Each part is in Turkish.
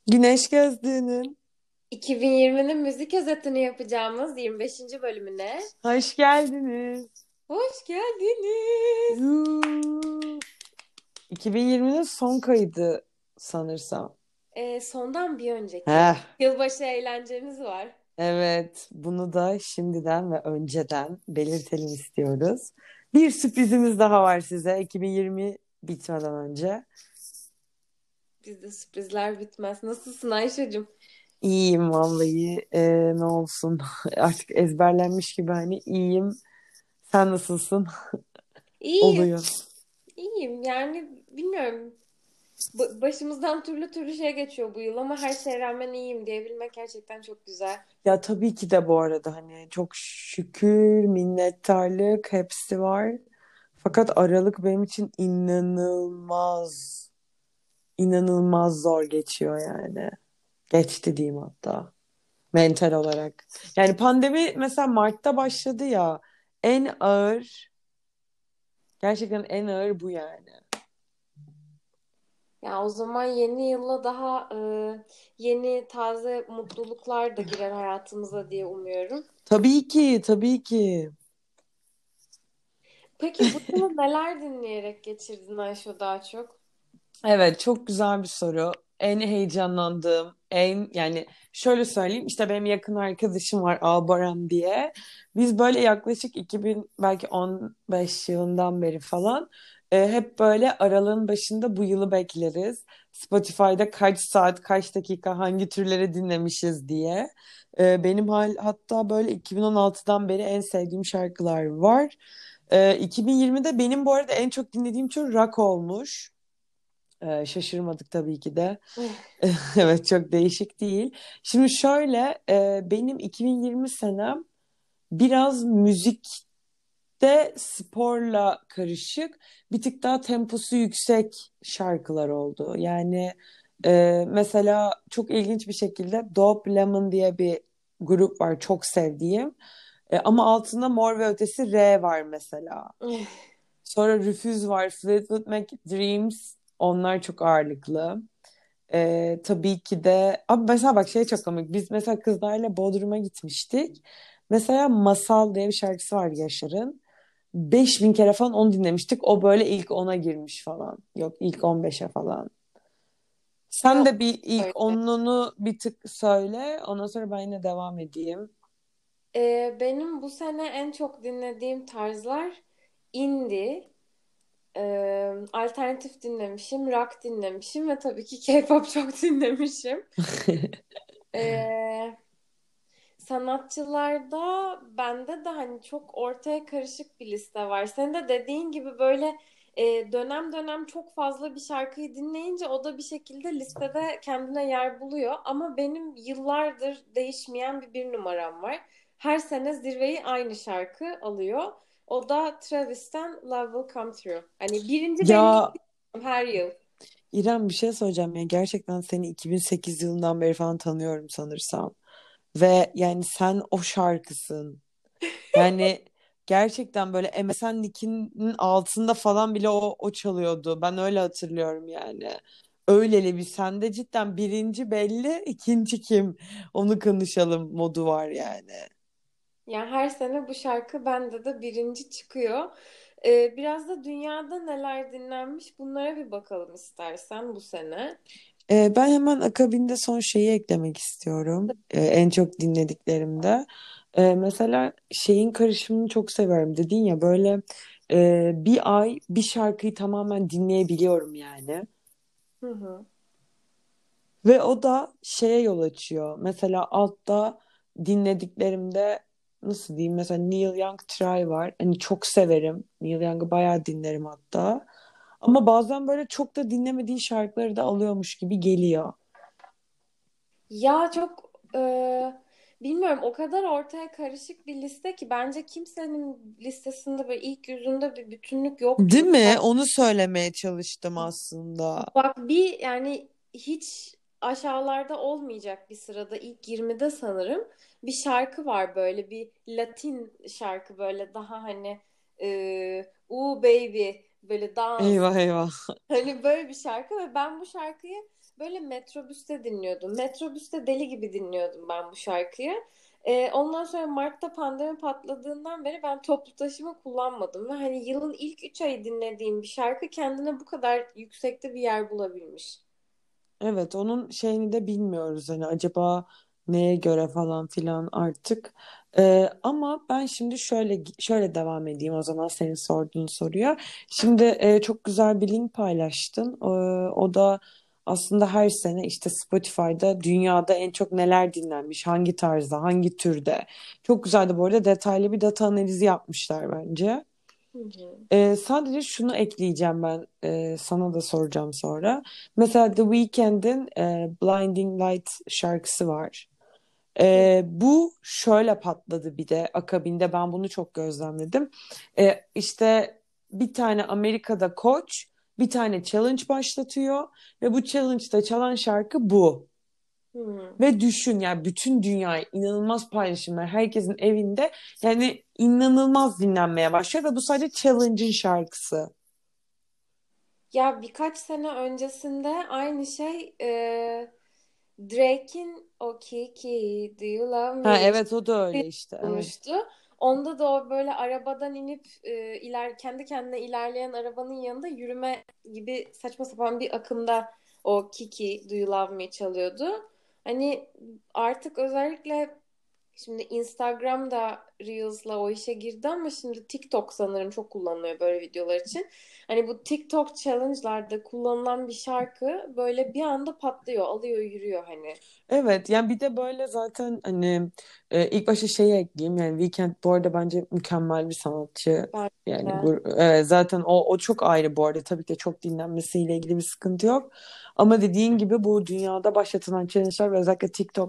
Güneş Gözlüğü'nün 2020'nin müzik özetini yapacağımız 25. bölümüne hoş geldiniz. hoş geldiniz. Yuuu. 2020'nin son kaydı sanırsam. Sondan bir önceki Heh, yılbaşı eğlencemiz var. evet, bunu da şimdiden ve önceden belirtelim istiyoruz. Bir sürprizimiz daha var size 2020 bitmeden önce. Bizde sürprizler bitmez. Nasılsın Ayşe'cim? İyiyim vallahi. Ne olsun artık ezberlenmiş gibi hani iyiyim. Sen nasılsın? İyiyim, Oluyor. iyiyim. Yani bilmiyorum. Başımızdan türlü türlü şey geçiyor bu yıl ama her şeye rağmen iyiyim diyebilmek gerçekten çok güzel. Ya tabii ki de bu arada hani çok şükür, minnettarlık hepsi var. Fakat Aralık benim için inanılmaz zor geçiyor yani. Geçti diyeyim hatta mental olarak. Yani pandemi mesela Mart'ta başladı ya, en ağır, gerçekten en ağır bu yani. Ya o zaman yeni yılla daha yeni taze mutluluklar da girer hayatımıza diye umuyorum. Tabii ki, tabii ki. Peki bu yılı neler dinleyerek geçirdin Ayşe daha çok? Evet, çok güzel bir soru. En heyecanlandığım, yani şöyle söyleyeyim, işte benim yakın arkadaşım var Albaran diye. Biz böyle yaklaşık 2000 belki 15 yılından beri falan hep böyle aralığın başında bu yılı bekleriz. Spotify'da kaç saat, kaç dakika, hangi türleri dinlemişiz diye. Benim hatta böyle 2016'dan beri en sevdiğim şarkılar var. 2020'de benim bu arada en çok dinlediğim tür rock olmuş. Şaşırmadık tabii ki de. Evet, çok değişik değil. Şimdi şöyle benim 2020 senem biraz müzikte sporla karışık bir tık daha temposu yüksek şarkılar oldu. Yani mesela çok ilginç bir şekilde Dope Lemon diye bir grup var çok sevdiğim. Ama altında Mor ve Ötesi R var mesela. Sonra Rüfüz var, Fleetwood Mac Dreams, onlar çok ağırlıklı. Tabii ki de abi mesela bak şey çok komik. Biz mesela kızlarla Bodrum'a gitmiştik. Mesela Masal diye bir şarkısı var Yaşar'ın. 5000 kere falan onu dinlemiştik. O böyle ilk 10'a girmiş falan. Yok, ilk 15'e falan. Sen Ya de bir ilk öyle. onunu bir tık söyle. Ondan sonra ben yine devam edeyim. Benim bu sene en çok dinlediğim tarzlar indie, alternatif dinlemişim, rock dinlemişim ve tabii ki K-pop çok dinlemişim. Ee, Sanatçılarda bende de hani çok ortaya karışık bir liste var. Senin de dediğin gibi böyle dönem dönem çok fazla bir şarkıyı dinleyince o da bir şekilde listede kendine yer buluyor. Ama benim yıllardır değişmeyen bir numaram var. Her sene zirveyi aynı şarkı alıyor. O da Travis'ten Love Will Come Through. Hani birinci belli Ya her yıl. İrem, bir şey söyleyeceğim. Yani gerçekten seni 2008 yılından beri falan tanıyorum sanırsam. Ve yani sen o şarkısın. Yani gerçekten böyle MSN Nick'in altında falan bile o çalıyordu. Ben öyle hatırlıyorum yani. Öyleli bir sende cidden birinci belli, ikinci kim? Onu konuşalım modu var yani. Yani her sene bu şarkı bende de birinci çıkıyor. Biraz da dünyada neler dinlenmiş bunlara bir bakalım istersen bu sene. Ben hemen akabinde son şeyi eklemek istiyorum. En çok dinlediklerimde. Mesela şeyin karışımını çok severim. Dedin ya böyle bir ay bir şarkıyı tamamen dinleyebiliyorum yani. Hı hı. Ve o da şeye yol açıyor. Mesela altta dinlediklerimde nasıl diyeyim? Mesela Neil Young Try var. Hani çok severim. Neil Young'ı bayağı dinlerim hatta. Ama bazen böyle çok da dinlemediğin şarkıları da alıyormuş gibi geliyor. Ya çok bilmiyorum o kadar ortaya karışık bir liste ki bence kimsenin listesinde böyle ilk yüzünde bir bütünlük yoktur. Değil mi? Onu söylemeye çalıştım aslında. Bak bir yani hiç aşağılarda olmayacak bir sırada ilk 20'de sanırım bir şarkı var böyle bir Latin şarkı böyle daha hani Baby böyle dans Eyvah eyvah. hani böyle bir şarkı ve ben bu şarkıyı böyle metrobüste dinliyordum. Metrobüste deli gibi dinliyordum ben bu şarkıyı. Ondan sonra Mart'ta pandemi patladığından beri ben toplu taşıma kullanmadım. Ve hani yılın ilk 3 ayı dinlediğim bir şarkı kendine bu kadar yüksekte bir yer bulabilmiş. Evet, onun şeyini de bilmiyoruz hani acaba neye göre falan filan artık. Ama ben şimdi şöyle devam edeyim o zaman senin sorduğun soruya. Şimdi çok güzel bir link paylaştın. O da aslında her sene işte Spotify'da dünyada en çok neler dinlenmiş, hangi tarzda, hangi türde. Çok güzeldi bu arada, detaylı bir data analizi yapmışlar bence. Hı hı. Sadece şunu ekleyeceğim ben, sana da soracağım sonra. Mesela The Weeknd'in Blinding Light şarkısı var. Hı. Bu şöyle patladı bir de akabinde, ben bunu çok gözlemledim. İşte bir tane Amerika'da koç bir tane challenge başlatıyor ve bu challenge'da çalan şarkı bu. Hı. Ve düşün yani bütün dünyayı inanılmaz paylaşımlar herkesin evinde, yani inanılmaz dinlenmeye başlıyor ve bu sadece challenge'ın şarkısı. Ya birkaç sene öncesinde aynı şey Drake'in o Kiki Do You Love Ha Me evet, o da öyle işte, evet. olmuştu. Onda da o böyle arabadan inip kendi kendine ilerleyen arabanın yanında yürüme gibi saçma sapan bir akımda o Kiki Do You Love Me çalıyordu. Hani artık özellikle şimdi Instagram'da Reels'la o işe girdi ama şimdi TikTok sanırım çok kullanılıyor böyle videolar için. Hani bu TikTok challenge'larda kullanılan bir şarkı böyle bir anda patlıyor, alıyor, yürüyor hani. Evet yani bir de böyle zaten hani ilk başta şeyi ekleyeyim, yani Weekend bu arada bence mükemmel bir sanatçı. Ben Yani de. zaten o çok ayrı bu arada, tabii ki de çok dinlenmesiyle ilgili bir sıkıntı yok. Ama dediğin gibi bu dünyada başlatılan challenge'lar ve özellikle TikTok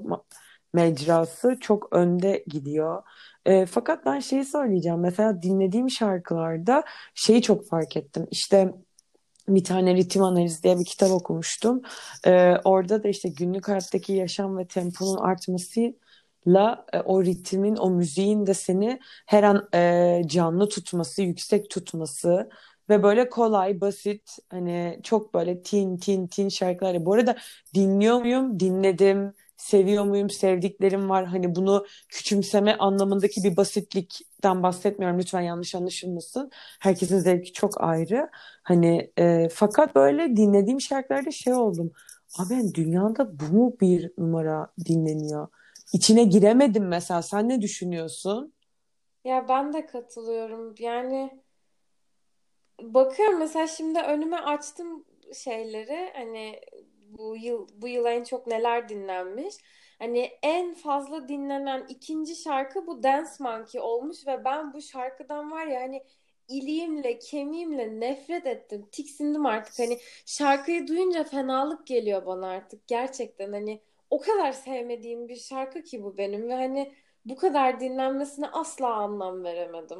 mecrası çok önde gidiyor. Fakat ben şeyi söyleyeceğim, mesela dinlediğim şarkılarda şeyi çok fark ettim. İşte bir tane ritim analizi diye bir kitap okumuştum. Orada da işte günlük hayattaki yaşam ve temponun artmasıyla o ritmin, o müziğin de seni her an canlı tutması, yüksek tutması ve böyle kolay, basit, hani çok böyle tin tin tin şarkılar. Bu arada dinliyor muyum? Dinledim. Seviyor muyum? Sevdiklerim var. Hani bunu küçümseme anlamındaki bir basitlikten bahsetmiyorum. Lütfen yanlış anlaşılmasın. Herkesin zevki çok ayrı. Hani fakat böyle dinlediğim şarkılarda şey oldum. Abi ben dünyada bu mu bir numara dinleniyor? İçine giremedim mesela. Sen ne düşünüyorsun? Ya ben de katılıyorum. Yani bakıyorum mesela şimdi önüme açtım şeyleri hani bu yıl en çok neler dinlenmiş. Hani en fazla dinlenen ikinci şarkı bu Dance Monkey olmuş ve ben bu şarkıdan var ya hani iliğimle kemiğimle nefret ettim. Tiksindim artık. Hani şarkıyı duyunca fenalık geliyor bana artık gerçekten. Hani o kadar sevmediğim bir şarkı ki bu benim ve hani bu kadar dinlenmesine asla anlam veremedim.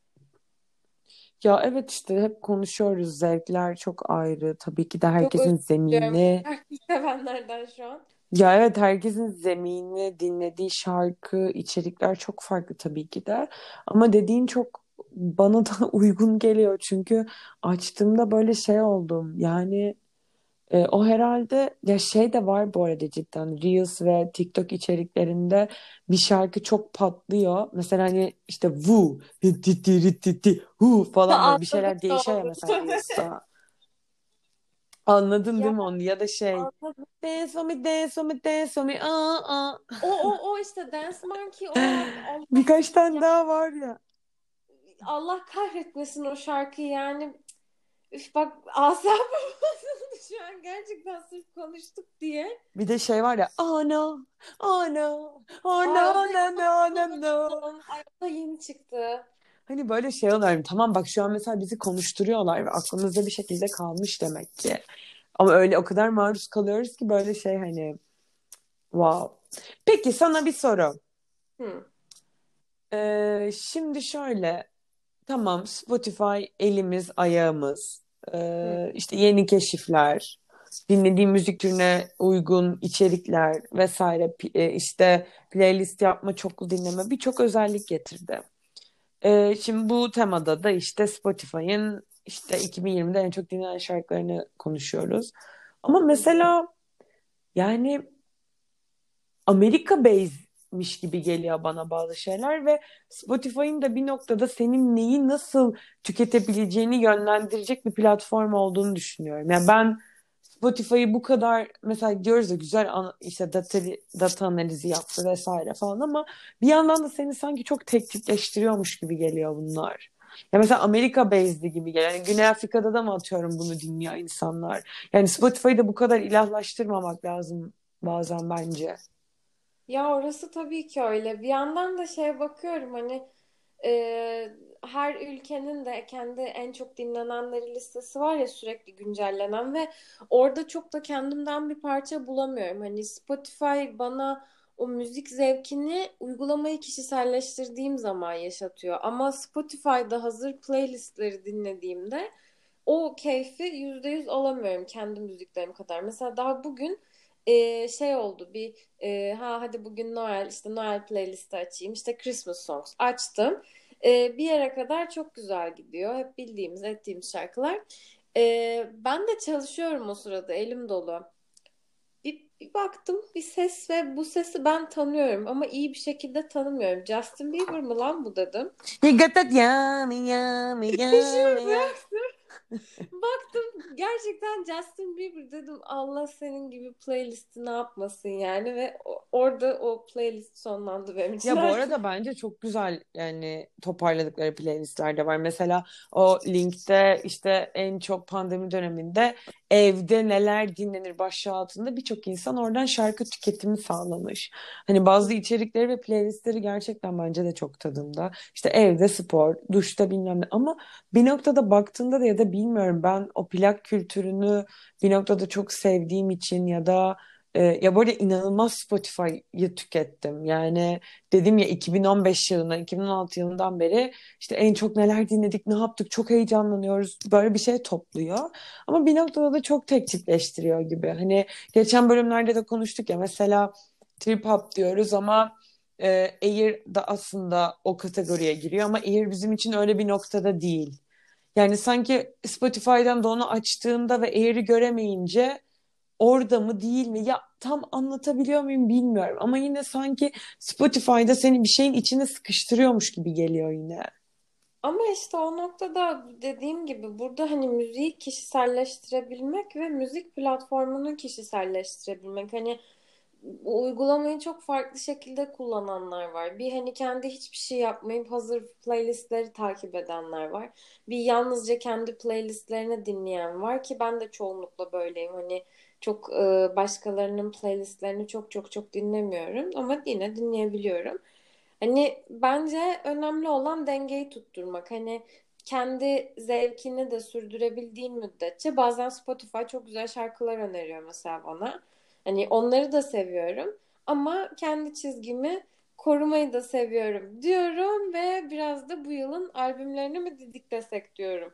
Ya evet, işte hep konuşuyoruz. Zevkler çok ayrı. Tabii ki de Çok özür herkesin diliyorum zemini. şarkı sevenlerden şu an. Ya evet, herkesin zemini, dinlediği şarkı, içerikler çok farklı tabii ki de. Ama dediğin çok bana da uygun geliyor. Çünkü açtığımda böyle şey oldum. Yani o herhalde, ya şey de var bu arada, cidden Reels ve TikTok içeriklerinde bir şarkı çok patlıyor. Mesela hani işte vu rititi rititi hu falan, böyle bir Anladım şeyler ne değişiyor ya oldu. mesela Reels'ta. Anladın Ya değil mi onu? Ya da şey, anladım. dance for me, dance for me, dance for me, aa. O işte Dance Monkey o abi Allah Birkaç tane ya daha var ya. Allah kahretmesin o şarkıyı yani. Üf bak asabım bozuldu şu an gerçekten sırf konuştuk diye. Bir de şey var ya, oh no, oh no, oh Ay o da no, no, no, no, no. Ay, o da yeni çıktı. Hani böyle şey oluyorum. Tamam bak, şu an mesela bizi konuşturuyorlar ve aklımızda bir şekilde kalmış demek ki. Ama öyle o kadar maruz kalıyoruz ki böyle şey, hani wow. Peki sana bir soru. Hı, Şimdi şöyle, tamam, Spotify elimiz ayağımız. hı, İşte yeni keşifler, dinlediğim müzik türüne uygun içerikler vesaire, işte playlist yapma, çoklu dinleme, birçok özellik getirdi. Şimdi bu temada da işte Spotify'ın işte 2020'de en çok dinlenen şarkılarını konuşuyoruz. Ama hı, hı. mesela Yani Amerika based'miş gibi geliyor bana bazı şeyler ve Spotify'ın da bir noktada senin neyi nasıl tüketebileceğini yönlendirecek bir platform olduğunu düşünüyorum. Yani ben Spotify'ı bu kadar mesela diyoruz ya güzel işte data analizi yaptı vesaire falan ama bir yandan da seni sanki çok tek tipleştiriyormuş gibi geliyor bunlar. Ya mesela Amerika based gibi geliyor. Yani Güney Afrika'da da mı atıyorum bunu dinliyor insanlar? Yani Spotify'ı da bu kadar ilahlaştırmamak lazım bazen bence. Ya orası tabii ki öyle. Bir yandan da şeye bakıyorum hani her ülkenin de kendi en çok dinlenenleri listesi var ya sürekli güncellenen ve orada çok da kendimden bir parça bulamıyorum. Hani Spotify bana o müzik zevkini uygulamayı kişiselleştirdiğim zaman yaşatıyor. Ama Spotify'da hazır playlistleri dinlediğimde o keyfi %100 alamıyorum kendi müziklerim kadar. Mesela daha bugün şey oldu bir hadi bugün Noel işte Noel playlisti açayım işte Christmas songs açtım. Bir yere kadar çok güzel gidiyor. Hep bildiğimiz ettiğimiz şarkılar. Ben de çalışıyorum o sırada elim dolu. Bir baktım bir ses ve bu sesi ben tanıyorum ama iyi bir şekilde tanımıyorum. Justin Bieber mı lan bu dedim. You got that yummy, yummy, Peşimi yummy, yummy. bıraktım. Baktım gerçekten Justin Bieber dedim Allah senin gibi playlisti ne yapmasın yani ve orada o playlist sonlandı benim için Ya bu artık. arada bence çok güzel yani toparladıkları playlistler de var. Mesela o linkte işte en çok pandemi döneminde evde neler dinlenir başlığı altında birçok insan oradan şarkı tüketimi sağlamış. Hani bazı içerikleri ve playlistleri gerçekten bence de çok tadında. İşte evde spor, duşta bilmem ne ama bir noktada baktığında da ya da bilmiyorum ben o plak kültürünü bir noktada çok sevdiğim için ya da ya bu arada inanılmaz Spotify'ı tükettim. Yani dedim ya 2015 yılından 2016 yılından beri işte en çok neler dinledik, ne yaptık, çok heyecanlanıyoruz. Böyle bir şey topluyor. Ama bir noktada da çok tek tipleştiriyor gibi. Hani geçen bölümlerde de konuştuk ya mesela trip hop diyoruz ama Air da aslında o kategoriye giriyor ama Air bizim için öyle bir noktada değil. Yani sanki Spotify'dan da onu açtığında ve Air'i göremeyince orada mı değil mi? Ya tam anlatabiliyor muyum bilmiyorum ama yine sanki Spotify'da seni bir şeyin içine sıkıştırıyormuş gibi geliyor yine. Ama işte o noktada dediğim gibi burada hani müziği kişiselleştirebilmek ve müzik platformunu kişiselleştirebilmek. Hani bu uygulamayı çok farklı şekilde kullananlar var. Bir hani kendi hiçbir şey yapmayıp hazır playlistleri takip edenler var. Bir yalnızca kendi playlistlerini dinleyen var ki ben de çoğunlukla böyleyim. Hani çok başkalarının playlistlerini çok çok çok dinlemiyorum ama yine dinleyebiliyorum. Hani bence önemli olan dengeyi tutturmak. Hani kendi zevkini de sürdürebildiğin müddetçe bazen Spotify çok güzel şarkılar öneriyor mesela bana. Hani onları da seviyorum ama kendi çizgimi korumayı da seviyorum diyorum ve biraz da bu yılın albümlerini mi didiklesek diyorum.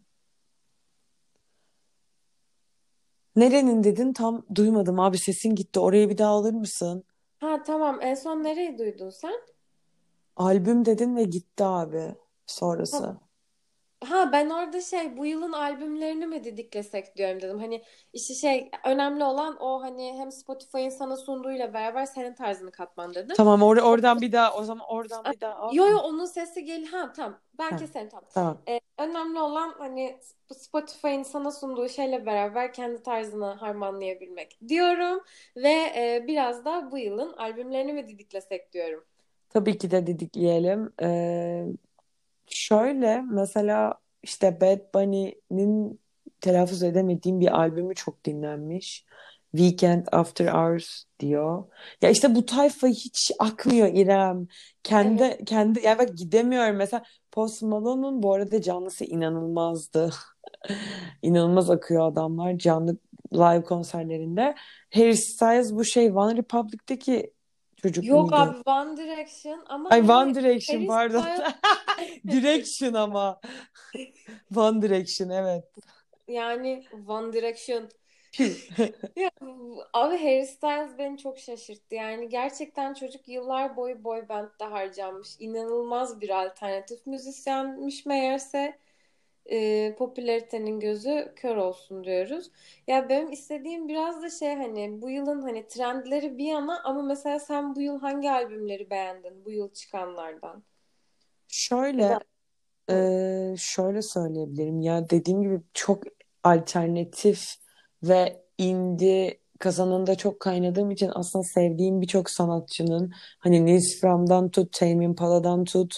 Nerenin dedin tam duymadım abi sesin gitti. Orayı bir daha alır mısın? Ha tamam en son nereyi duydun sen? Albüm dedin ve gitti abi Ha, sonrası. Ha ben orada şey bu yılın albümlerini mi didiklesek diyorum dedim. Hani işte şey önemli olan o hani hem Spotify'ın sana sunduğuyla beraber senin tarzını katman dedim. Tamam oradan bir daha o zaman oradan bir daha al. Yo yo Heh, onun sesi gel ha tamam ben heh, keserim tamam. tamam. Önemli olan hani Spotify'ın sana sunduğu şeyle beraber kendi tarzını harmanlayabilmek diyorum ve biraz da bu yılın albümlerini mi didiklesek diyorum. Tabii ki de didikleyelim. Şöyle mesela işte Bad Bunny'nin telaffuz edemediğim bir albümü çok dinlenmiş. Weekend After Hours diyor. Ya işte bu tayfa hiç akmıyor İrem. Evet. Kendi ya bak gidemiyorum. Mesela Post Malone'un bu arada canlısı inanılmazdı. İnanılmaz akıyor adamlar canlı live konserlerinde. Harry Styles bu şey One Republic'teki çocuk Yok muydu? abi One Direction ama Ay One hani Direction Harry pardon. Styles Direction ama. One Direction evet. yani One Direction. Ya, abi Harry Styles beni çok şaşırttı. Yani gerçekten çocuk yıllar boyu boy band'da harcanmış. İnanılmaz bir alternatif müzisyenmiş meğerse. Popülaritenin gözü kör olsun diyoruz. Ya benim istediğim biraz da şey, hani bu yılın hani trendleri bir yana, ama mesela sen bu yıl hangi albümleri beğendin bu yıl çıkanlardan? Ya Şöyle da hı. şöyle söyleyebilirim ya, dediğim gibi çok alternatif ve indie kazanında çok kaynadığım için aslında sevdiğim birçok sanatçının, hani Nils Fram'dan tut, Tame Impala'dan tut,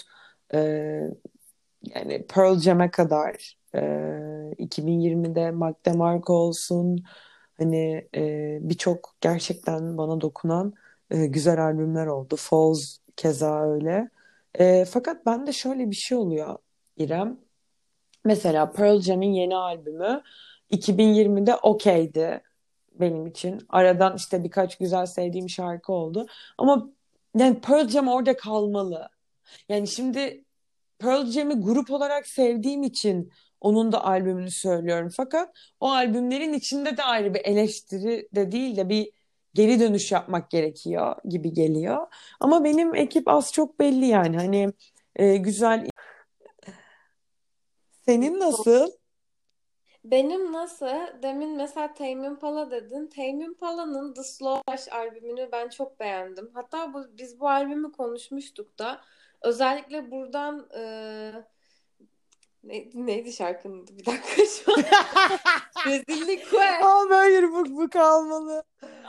yani Pearl Jam'e kadar, 2020'de Mac DeMarco olsun, hani birçok gerçekten bana dokunan güzel albümler oldu. Falls keza öyle. Fakat bende şöyle bir şey oluyor İrem. Mesela Pearl Jam'in yeni albümü 2020'de okeydi benim için. Aradan işte birkaç güzel sevdiğim şarkı oldu. Ama yani Pearl Jam orada kalmalı. Yani şimdi Pearl Jam'i grup olarak sevdiğim için onun da albümünü söylüyorum. Fakat o albümlerin içinde de ayrı bir eleştiri de değil de bir geri dönüş yapmak gerekiyor gibi geliyor. Ama benim ekip az çok belli yani. Hani güzel. Senin nasıl? Benim nasıl? Demin mesela Tame Impala dedin. Tame Impala'nın The Slow Rush albümünü ben çok beğendim. Hatta biz bu albümü konuşmuştuk da. Özellikle buradan neydi şarkının adı? Bir dakika şu an. Rezillik que. Ama hayır, bu kalmalı.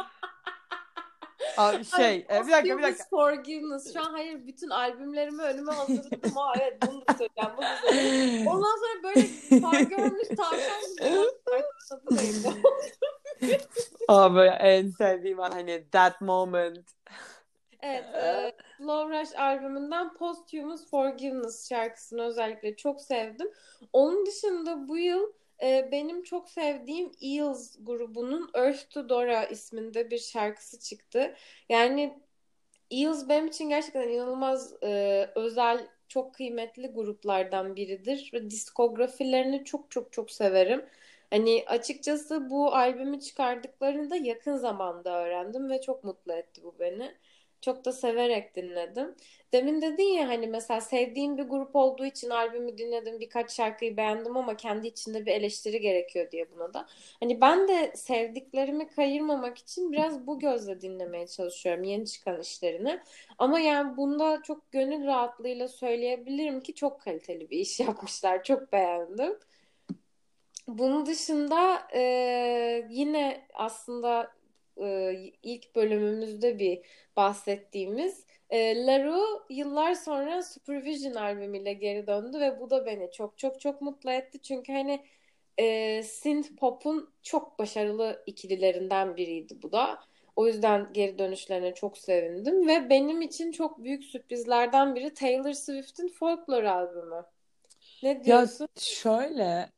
Abi Hayır, bir dakika bir Posthumous dakika. Forgiveness. Şu an hayır, bütün albümlerimi önüme hazırladım. Aa evet, bunu da söyleyeceğim, bunu da söyleyeceğim. Ondan sonra böyle far görmüş tavşan gibi, ulan şarkının adı neydi? Abi en sevdiğim an hani That Moment. Evet, Slow Rush albümünden Posthumous Forgiveness şarkısını özellikle çok sevdim. Onun dışında bu yıl benim çok sevdiğim Eels grubunun Earth to Dora isminde bir şarkısı çıktı. Yani Eels benim için gerçekten inanılmaz özel, çok kıymetli gruplardan biridir ve diskografilerini çok çok çok severim. Hani açıkçası bu albümü çıkardıklarını da yakın zamanda öğrendim ve çok mutlu etti bu beni. Çok da severek dinledim. Demin dedin ya, hani mesela sevdiğim bir grup olduğu için albümü dinledim, birkaç şarkıyı beğendim ama kendi içinde bir eleştiri gerekiyor diye buna da. Hani ben de sevdiklerimi kayırmamak için biraz bu gözle dinlemeye çalışıyorum yeni çıkan işlerini. Ama yani bunda çok gönül rahatlığıyla söyleyebilirim ki çok kaliteli bir iş yapmışlar. Çok beğendim. Bunun dışında yine aslında ilk bölümümüzde bir bahsettiğimiz Laru yıllar sonra Supervision albümüyle geri döndü ve bu da beni çok çok çok mutlu etti. Çünkü hani synth pop'un çok başarılı ikililerinden biriydi bu da. O yüzden geri dönüşlerine çok sevindim ve benim için çok büyük sürprizlerden biri Taylor Swift'in Folklore albümü. Ne Ya diyorsun? şöyle,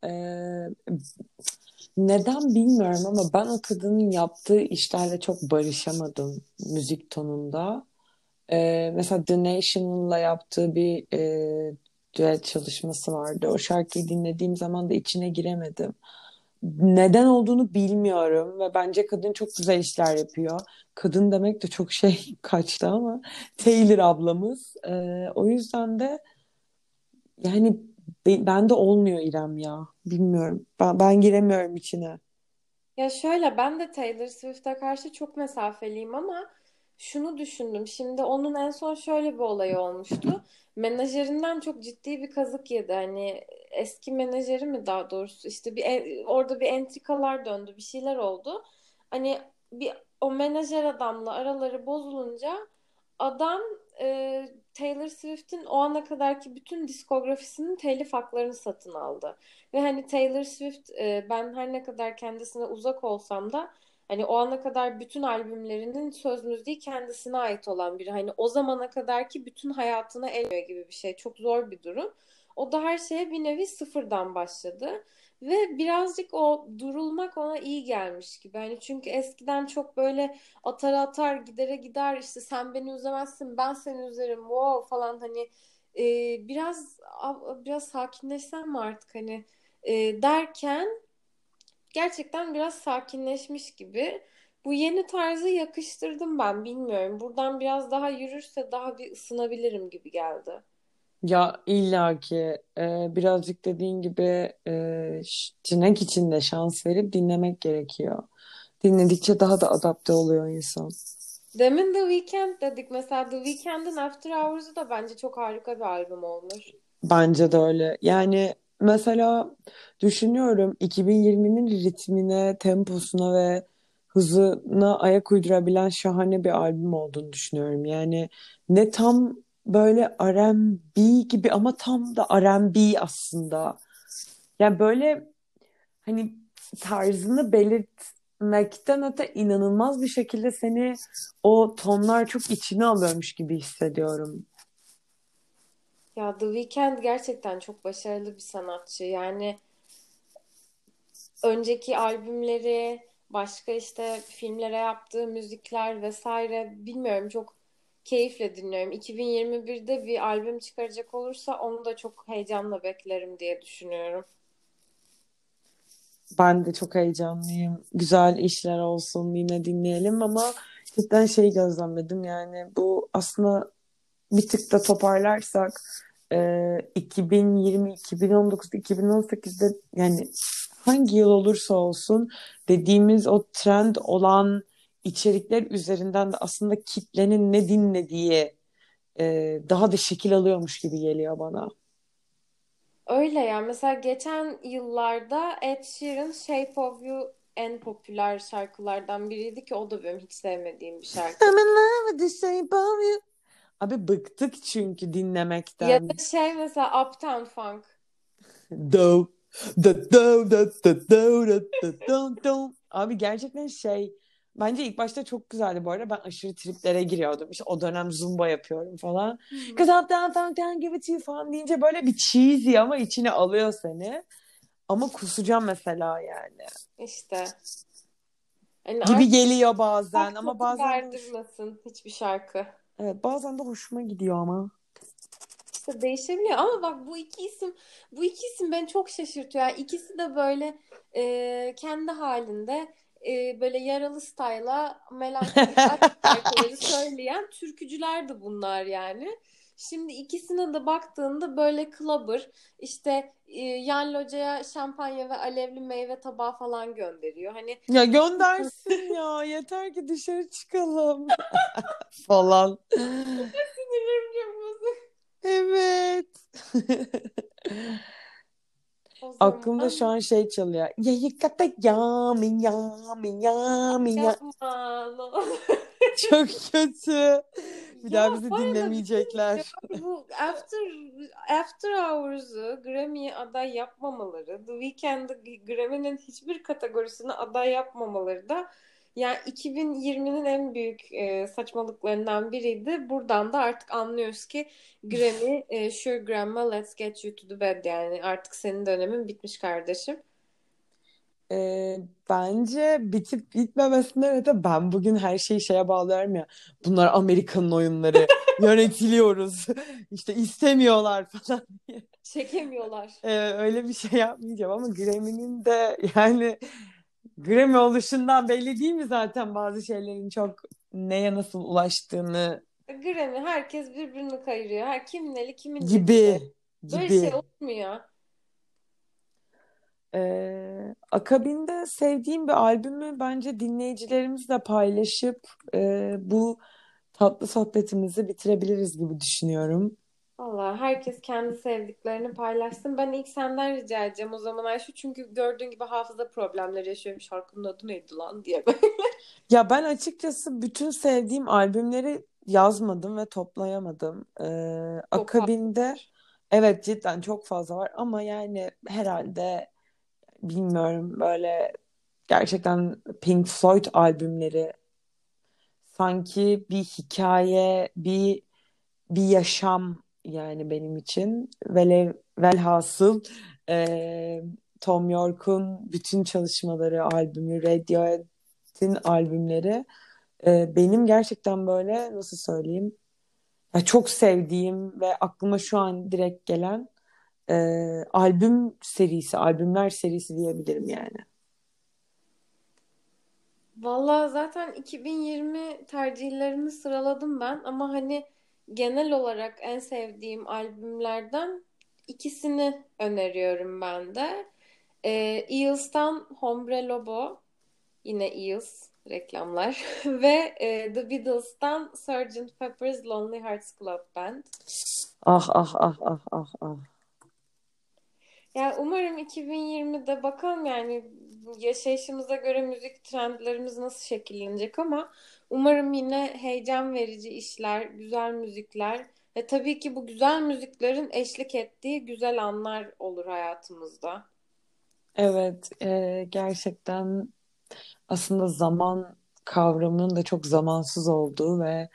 neden bilmiyorum ama ben o kadının yaptığı işlerle çok barışamadım müzik tonunda. Mesela The National'la yaptığı bir düet çalışması vardı. O şarkıyı dinlediğim zaman da içine giremedim. Neden olduğunu bilmiyorum ve bence kadın çok güzel işler yapıyor. Kadın demek de çok şey kaçtı ama Taylor ablamız. O yüzden de yani bende olmuyor İrem ya. Bilmiyorum. Ben giremiyorum içine. Ya şöyle, ben de Taylor Swift'e karşı çok mesafeliyim ama şunu düşündüm. Şimdi onun en son şöyle bir olayı olmuştu. Menajerinden çok ciddi bir kazık yedi. Hani eski menajeri mi, daha doğrusu işte orada bir entrikalar döndü, bir şeyler oldu. Hani bir o menajer adamla araları bozulunca adam Taylor Swift'in o ana kadarki bütün diskografisinin telif haklarını satın aldı. Ve hani Taylor Swift, ben her ne kadar kendisine uzak olsam da hani o ana kadar bütün albümlerinin söz müziği kendisine ait olan biri. Hani o zamana kadarki bütün hayatına el veriyor gibi bir şey. Çok zor bir durum. O da her şeye bir nevi sıfırdan başladı. Ve birazcık o durulmak ona iyi gelmiş gibi. Hani çünkü eskiden çok böyle atar atar gidere gider, işte sen beni üzemezsin ben seni üzerim wow falan, hani biraz sakinleşsem mi artık hani derken gerçekten biraz sakinleşmiş gibi. Bu yeni tarzı yakıştırdım ben, bilmiyorum. Buradan biraz daha yürürse daha bir ısınabilirim gibi geldi. Ya illaki birazcık dediğin gibi tırnak içinde şans verip dinlemek gerekiyor. Dinledikçe daha da adapte oluyor insan. Demin The Weeknd dedik. Mesela The Weeknd'in After Hours'u da bence çok harika bir albüm olmuş. Bence de öyle. Yani mesela düşünüyorum 2020'nin ritmine, temposuna ve hızına ayak uydurabilen şahane bir albüm olduğunu düşünüyorum. Yani ne tam böyle R&B gibi ama tam da R&B aslında. Yani böyle hani tarzını belirtmekten öte inanılmaz bir şekilde seni o tonlar çok içine alıyormuş gibi hissediyorum. Ya The Weeknd gerçekten çok başarılı bir sanatçı. Yani önceki albümleri, başka işte filmlere yaptığı müzikler vesaire bilmiyorum çok keyifle dinliyorum. 2021'de bir albüm çıkaracak olursa onu da çok heyecanla beklerim diye düşünüyorum. Ben de çok heyecanlıyım. Güzel işler olsun yine dinleyelim ama cidden şey gözlemledim yani bu aslında bir tık da toparlarsak 2020, 2019, 2018'de yani hangi yıl olursa olsun dediğimiz o trend olan içerikler üzerinden de aslında kitlenin ne dinlediği daha da şekil alıyormuş gibi geliyor bana. Öyle ya. Mesela geçen yıllarda Ed Sheeran Shape of You en popüler şarkılardan biriydi ki o da benim hiç sevmediğim bir şarkı. I'm in love with the shape of you. Abi bıktık çünkü Ya dinlemekten. da şey mesela Uptown Funk. Do da do da da do da da do do. Abi gerçekten şey bence ilk başta çok güzeldi bu arada. Ben aşırı triplere giriyordum. İşte o dönem zumba yapıyorum falan. Hı hı. Cause uptown funk can give it to you falan deyince böyle bir cheesy ama içine alıyor seni. Ama kusacağım mesela yani. İşte. Hani Gibi artık geliyor bazen tak ama tadı bazen de verdırmasın hiçbir şarkı. evet, bazen de hoşuma gidiyor ama. İşte değişebiliyor ama bak bu iki isim beni çok şaşırtıyor. Yani ikisi de böyle kendi halinde böyle yaralı style'a melankolik aşk şarkıları söyleyen türkücüler de bunlar yani. Şimdi ikisine de baktığında böyle clubber işte yan locaya şampanya ve alevli meyve tabağı falan gönderiyor. Hani Ya göndersin ya yeter ki dışarı çıkalım falan. sinirlerim çok bozuk. Evet. O Aklımda şu zaman an şey çalıyor. Ya yıkata yami yami yami ya. yapma. Ne olur. Çok kötü. Bir Ya daha bizi bu arada bir şey dinlemeyecekler. diyeceğim. Bu After Hours'u Grammy'ye aday yapmamaları, The Weeknd'i Grammy'nin hiçbir kategorisine aday yapmamaları da yani 2020'nin en büyük saçmalıklarından biriydi. Buradan da artık anlıyoruz ki Grammy, Sure Grandma, Let's Get You to the Bed yani artık senin dönemin bitmiş kardeşim. Ee, Bence bitip bitmemesinden öte ben bugün her şeyi şeye bağlıyorum ya. Bunlar Amerika'nın oyunları. Yönetiliyoruz. İşte istemiyorlar falan diye. Çekemiyorlar. Öyle bir şey yapmayacağım ama Grammy'nin de yani Grammy oluşundan belli değil mi zaten bazı şeylerin çok neye nasıl ulaştığını Grammy herkes birbirini kayırıyor. Her kimin eli kimin gibi cebinde. Böyle gibi. şey olmuyor. Akabinde sevdiğim bir albümü bence dinleyicilerimizle paylaşıp bu tatlı sohbetimizi bitirebiliriz gibi düşünüyorum. Valla herkes kendi sevdiklerini paylaşsın. Ben ilk senden rica edeceğim o zaman Ayşe. Çünkü gördüğün gibi hafıza problemleri yaşıyorum. Şarkının adı neydi lan diye. Ya ben açıkçası bütün sevdiğim albümleri yazmadım ve toplayamadım. Çok fazla Akabinde var. evet cidden çok fazla var ama yani herhalde bilmiyorum böyle gerçekten Pink Floyd albümleri sanki bir hikaye, bir yaşam yani benim için. Velhasıl e, Tom York'un bütün çalışmaları, albümü, Radiohead'in albümleri benim gerçekten böyle nasıl söyleyeyim ya çok sevdiğim ve aklıma şu an direkt gelen albüm serisi, albümler serisi diyebilirim yani. Valla zaten 2020 tercihlerimi sıraladım ben. Ama hani genel olarak en sevdiğim albümlerden ikisini öneriyorum ben de. Eels'tan Hombre Lobo, yine Eels reklamlar ve The Beatles'tan Sgt. Pepper's Lonely Hearts Club Band. Ah ah ah ah ah ah. Yani umarım 2020'de bakalım, yani yaşayışımıza göre müzik trendlerimiz nasıl şekillenecek, ama umarım yine heyecan verici işler, güzel müzikler ve tabii ki bu güzel müziklerin eşlik ettiği güzel anlar olur hayatımızda. Evet, gerçekten aslında zaman kavramının da çok zamansız olduğu ve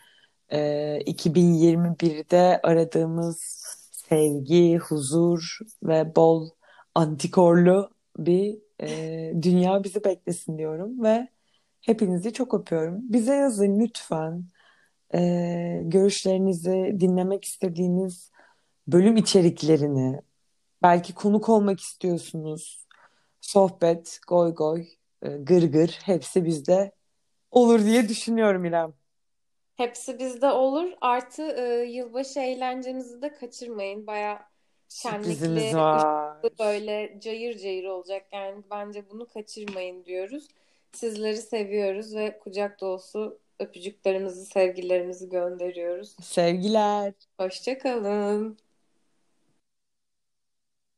2021'de aradığımız sevgi, huzur ve bol antikorlu bir dünya bizi beklesin diyorum ve hepinizi çok öpüyorum. Bize yazın lütfen. Görüşlerinizi, dinlemek istediğiniz bölüm içeriklerini, belki konuk olmak istiyorsunuz. Sohbet, goy goy, gır gır hepsi bizde olur diye düşünüyorum İrem. Hepsi bizde olur. Artı yılbaşı eğlencemizi de kaçırmayın. Baya Sürprizimiz şenlikli, var. ışıklı, böyle cayır cayır olacak. Yani bence bunu kaçırmayın diyoruz. Sizleri seviyoruz ve kucak dolusu öpücüklerimizi, sevgilerimizi gönderiyoruz. Sevgiler. Hoşça kalın.